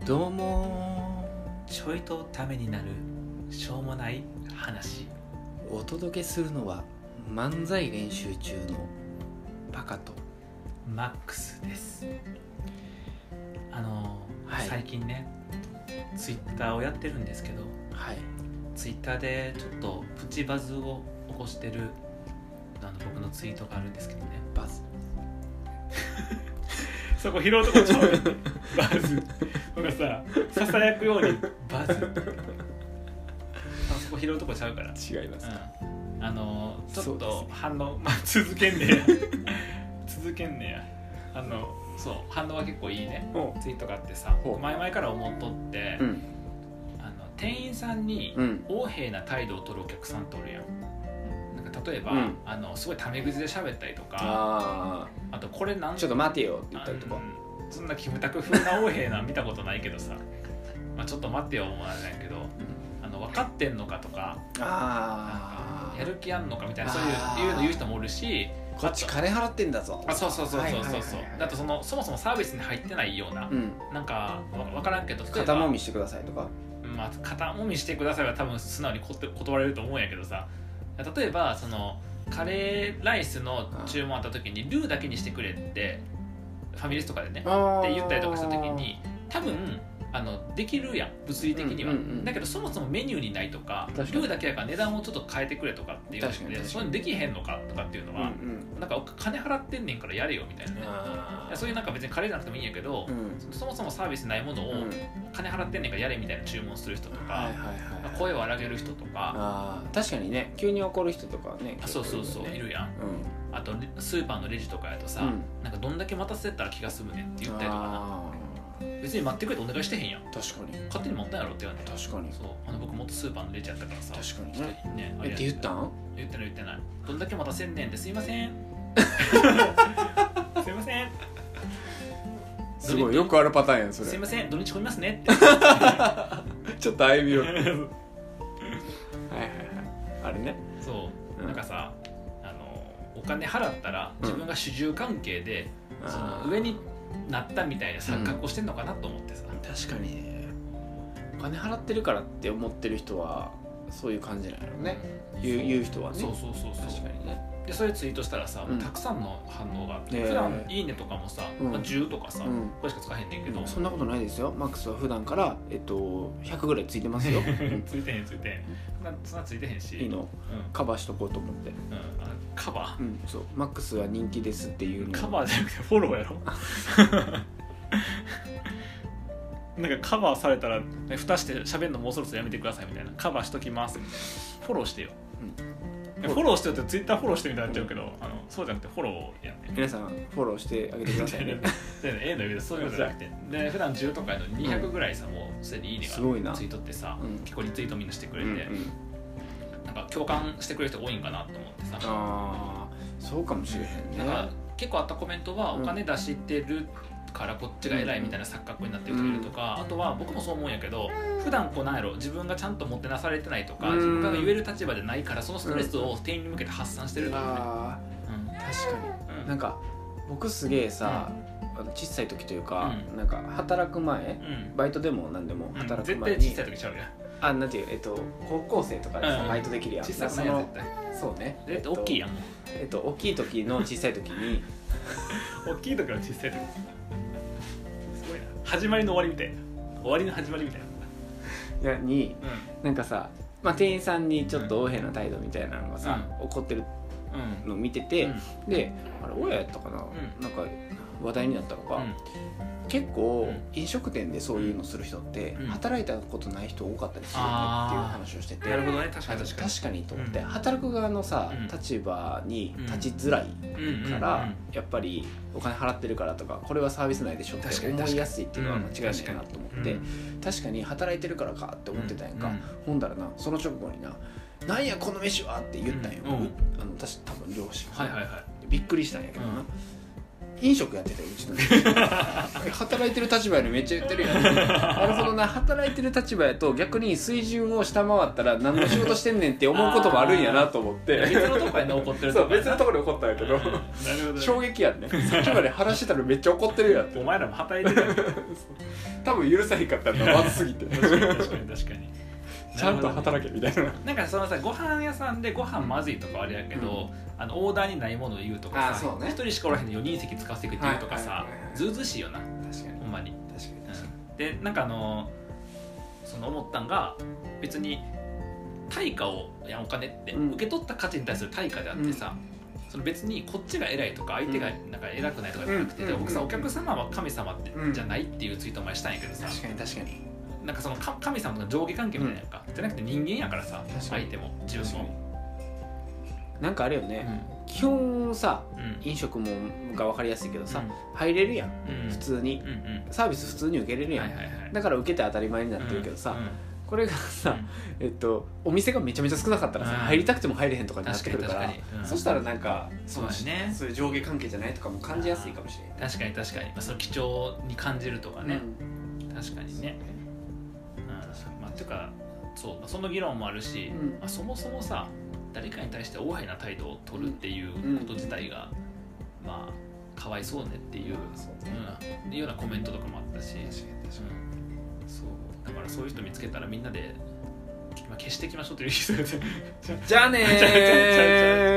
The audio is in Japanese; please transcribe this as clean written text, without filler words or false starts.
どうもちょいとためになるしょうもない話。 お届けするのは漫才練習中のパカとマックスです。 はい最近ねツイッターをやってるんですけど、 はいツイッターでちょっとプチバズを起こしてる僕のツイートがあるんですけどね。 バズそこ拾うとこちゃうよバズ僕がささやくようにバズそこ拾うとこちゃうから。 違いますか、 ちょっと反応、続けんねや続けんねやそう反応は結構いいねツイートがあってさ、前々から思っとって、店員さんに横柄な態度を取るお客さんとおるやん。なんか例えば、すごいタメ口で喋ったりとか、あとこれなんちょっと待てよって言ったりとか、 そんなキムタク風な横柄な見たことないけどさちょっと待ってよ思わないけど、分かってんのかとか、やる気あんのかみたいな、そういうの言う人もおるし、 こっち金払ってんだぞ。 そうだとそもそもサービスに入ってないような、なんか分からんけど、 肩もみしてくださいとか、 肩もみしてくださいは多分素直に断られると思うんやけどさ、例えばそのカレーライスの注文あった時にルーだけにしてくれってファミレスとかでねって言ったりとかした時に、多分できるやん物理的には、だけどそもそもメニューにないとか、ルーだけやから値段をちょっと変えてくれとかっていうので、そういうのできへんのかとかっていうのは、なんか金払ってんねんからやれよみたいなね。そういうなんか別にカレーじゃなくてもいいんやけど、そもそもサービスないものを金払ってんねんからやれみたいな注文する人とか、声を荒げる人とか、 確かにね、急に怒る人とかね、 そういるやん。あとスーパーのレジとかやとさ、なんかどんだけ待たせたら気が済むねんって言ったりとかな。別に待ってくれてお願いしてへんやん。確かに勝手に待ったんやろって言われて。確かにそう。僕元スーパーのレジやったからさ。確かにね。 って言ったん？ 言ってない。どんだけ待たせんねんって、すいませんすいません。 すごいよくあるパターンやんそれ。 すいません、土日混みますねってちょっと歩み寄るはいあれね。そう、 なんかさ、お金払ったら自分が主従関係で、その上になったみたいな錯覚をしてんのかなと思ってさ。 確かにね、お金払ってるからって思ってる人はそういう感じなんやろね、言う人はね。そう確かにね。 でそれツイートしたらさ、たくさんの反応があって、普段いいねとかもさ、10とかさ、これしか使えへんねんけど、 そんなことないですよ。マックスは普段から100ぐらいついてますよついてへんそんなついてへんし、 いいの、カバーしとこうと思って。 カバー？ そう、マックスは人気ですっていうの。 カバーじゃなくてフォローやろなんかカバーされたら蓋して喋るのもうそろそろやめてくださいみたいな、カバーしときますみたいな、フォローしてよ、フォローしてよってツイッターフォローしてみたいになっちゃうけど、そうじゃなくてフォローやね。 皆さんフォローしてあげてくださいねの意味でそういうことじゃなくて、で普段10とかの200ぐらいさ、もうすでにいいねがついとってさ、結構リツイートみんなしてくれて、なんか共感してくれる人多いんかなと思ってさ。 そうかもしれへんね。 なんか結構あったコメントは、お金出してるからこっちが偉いみたいな錯覚になってる人いるとか、あとは僕もそう思うんやけど、普段こうなんやろ、自分がちゃんともてなされてないとか、自分が言える立場でないから、そのストレスを店員に向けて発散してるとかね。 確かに、なんか僕すげえさ、小さい時というか、なんか働く前、バイトでも何でも働く前に、 絶対小さい時ちゃうやん。 なんていう、高校生とかでさ、バイトできるやん。 小さくないやん絶対。 そうね。 大きいやんもう。 大きい時の小さい時に大きい時の小さい時、すごいな。始まりの終わりみたいな、終わりの始まりみたいな。 なんかさ、店員さんにちょっと横柄な態度みたいなのがさ、怒ってるのを見てて、で、あれ親やったかな、なんか話題になったのが、結構飲食店でそういうのする人って働いたことない人多かったりするよねっていう話をしてて、 なるほどね、確かにと思って、働く側のさ、立場に立ちづらいから、やっぱりお金払ってるからとか、これはサービス内でしょって思いやすいっていうのは間違いないなと思って、確かに働いてるからかって思ってたやんか。ほんだらな、その直後になんやこの飯はって言ったんよ、多分両親が。びっくりしたんやけどな。 飲食やってたようちの働いてる立場やのめっちゃ言ってるやんなるほどな、働いてる立場やと逆に水準を下回ったら何の仕事してんねんって思うこともあるんやなと思って別のところに怒ってるそう別のところで怒ったんやけど、 なるほど、ね、 衝撃やんね。さっきまで話してたらめっちゃ怒ってるやんってお前らも働いてる多分許さへんかったんだまずすぎて確かにちゃんと働けみたいな。 なんかそのさ、ご飯屋さんでご飯まずいとかあれやけど、オーダーにないものを言うとかさ、 ね、 1人しかおらへんで4人席使わせてくって言うとかさ、ずうずうしいよな。 確かにほんまに。 確かに、 でなんかその思ったんが、別に対価をお金って受け取った価値に対する対価であってさ、その別にこっちが偉いとか相手がなんか偉くないとかじゃなくて、僕さ、お客様は神様ってじゃないっていうツイートを前したんやけどさ、 確かに確かに、 なんかその神様との上下関係みたいなやんか、じゃなくて人間やからさ、相手も自分もなんかあれよね、基本さ、飲食もが分かりやすいけどさ、入れるやん、普通に、サービス普通に受けれるやん、だから受けて当たり前になってるけどさ、これがさ、お店がめちゃめちゃ少なかったらさ、入りたくても入れへんとかになってくるから、そしたらなんかそういう上下関係じゃないとかも感じやすいかもしれない。 確かに確かに、その貴重に感じるとかね、確かにね、てかそう、その議論もあるし、そもそもさ、誰かに対して横柄な態度を取るっていうこと自体が、まあかわいそうねっていう、ようなコメントとかもあったし、そうだからそういう人見つけたらみんなで消していきましょうという人でじゃあねー